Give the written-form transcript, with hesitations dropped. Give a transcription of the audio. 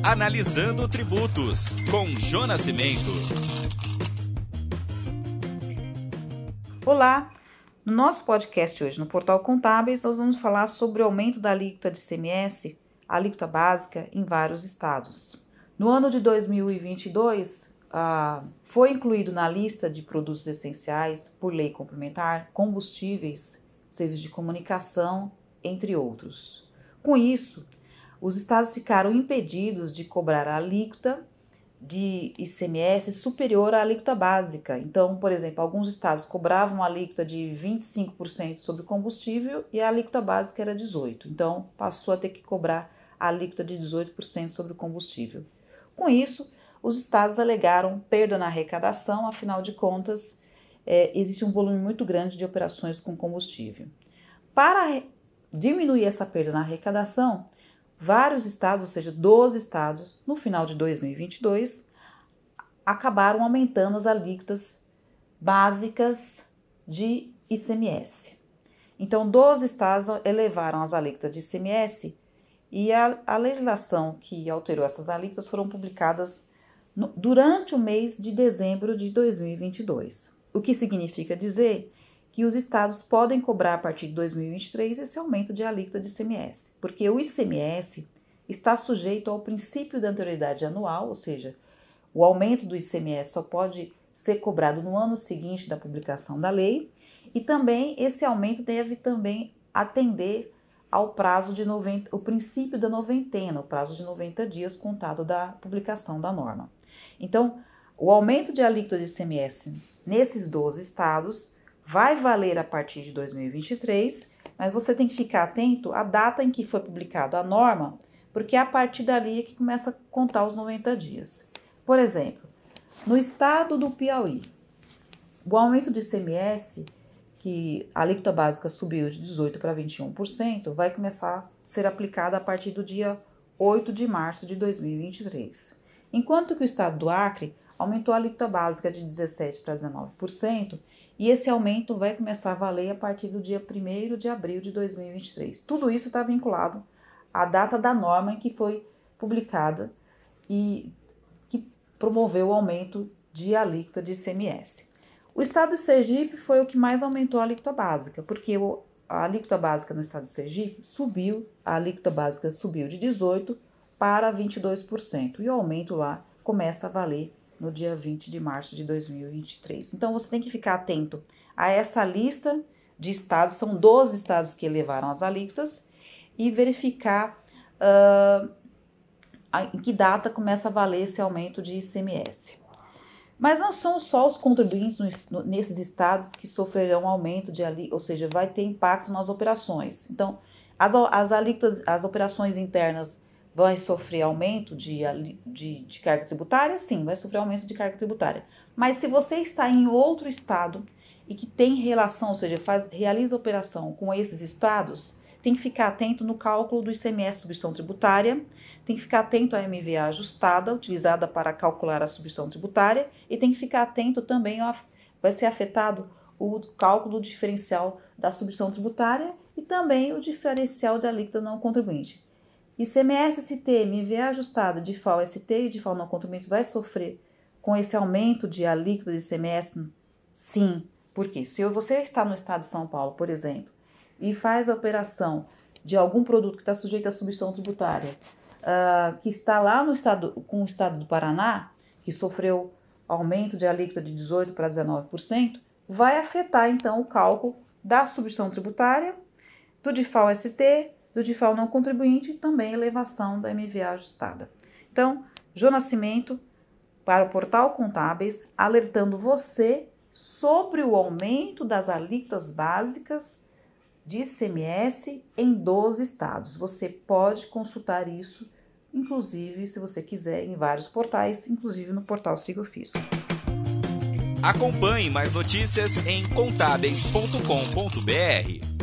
Analisando Tributos, com Jô Nascimento. Olá! No nosso podcast hoje no Portal Contábeis, nós vamos falar sobre o aumento da alíquota de ICMS, a alíquota básica, em vários estados. No ano de 2022, foi incluído na lista de produtos essenciais, por lei complementar, combustíveis, serviços de comunicação, entre outros. Com isso, os estados ficaram impedidos de cobrar a alíquota de ICMS superior à alíquota básica. Então, por exemplo, alguns estados cobravam a alíquota de 25% sobre combustível e a alíquota básica era 18%. Então, passou a ter que cobrar a alíquota de 18% sobre o combustível. Com isso, os estados alegaram perda na arrecadação, afinal de contas, existe um volume muito grande de operações com combustível. Para diminuir essa perda na arrecadação, vários estados, ou seja, 12 estados, no final de 2022, acabaram aumentando as alíquotas básicas de ICMS. Então, 12 estados elevaram as alíquotas de ICMS e a legislação que alterou essas alíquotas foram publicadas durante o mês de dezembro de 2022. O que significa dizer que os estados podem cobrar a partir de 2023 esse aumento de alíquota de ICMS, porque o ICMS está sujeito ao princípio da anterioridade anual, ou seja, o aumento do ICMS só pode ser cobrado no ano seguinte da publicação da lei, e também esse aumento deve também atender ao prazo de o princípio da noventena, o prazo de 90 dias contado da publicação da norma. Então, o aumento de alíquota de ICMS nesses 12 estados vai valer a partir de 2023, mas você tem que ficar atento à data em que foi publicada a norma, porque é a partir dali é que começa a contar os 90 dias. Por exemplo, no estado do Piauí, o aumento de ICMS, que a alíquota básica subiu de 18% para 21%, vai começar a ser aplicada a partir do dia 8 de março de 2023. Enquanto que o estado do Acre aumentou a alíquota básica de 17% para 19%, e esse aumento vai começar a valer a partir do dia 1º de abril de 2023. Tudo isso está vinculado à data da norma em que foi publicada e que promoveu o aumento de alíquota de ICMS. O estado de Sergipe foi o que mais aumentou a alíquota básica, porque a alíquota básica no estado de Sergipe a alíquota básica subiu de 18% para 22%, e o aumento lá começa a valer no dia 20 de março de 2023. Então, você tem que ficar atento a essa lista de estados, são 12 estados que elevaram as alíquotas, e verificar em que data começa a valer esse aumento de ICMS. Mas não são só os contribuintes nesses estados que sofrerão aumento de alíquota, ou seja, vai ter impacto nas operações. Então, as alíquotas, as operações internas vai sofrer aumento de carga tributária? Sim, vai sofrer aumento de carga tributária. Mas se você está em outro estado e que tem relação, ou seja, realiza operação com esses estados, tem que ficar atento no cálculo do ICMS, substituição tributária, tem que ficar atento à MVA ajustada, utilizada para calcular a substituição tributária, e tem que ficar atento também, vai ser afetado o cálculo diferencial da substituição tributária e também o diferencial de alíquota não contribuinte. ICMS-ST, MVA ajustada, DIFAL-ST e DIFAL não contribuinte vai sofrer com esse aumento de alíquota de ICMS? Sim. Por quê? Se você está no estado de São Paulo, por exemplo, e faz a operação de algum produto que está sujeito à substituição tributária, que está lá no estado, com o estado do Paraná, que sofreu aumento de alíquota de 18% para 19%, vai afetar então o cálculo da substituição tributária, do DIFAL-ST, do DIFAL não contribuinte e também elevação da MVA ajustada. Então, Jô Nascimento para o Portal Contábeis, alertando você sobre o aumento das alíquotas básicas de ICMS em 12 estados. Você pode consultar isso, inclusive, se você quiser, em vários portais, inclusive no portal Siga o Fisco. Acompanhe mais notícias em contábeis.com.br.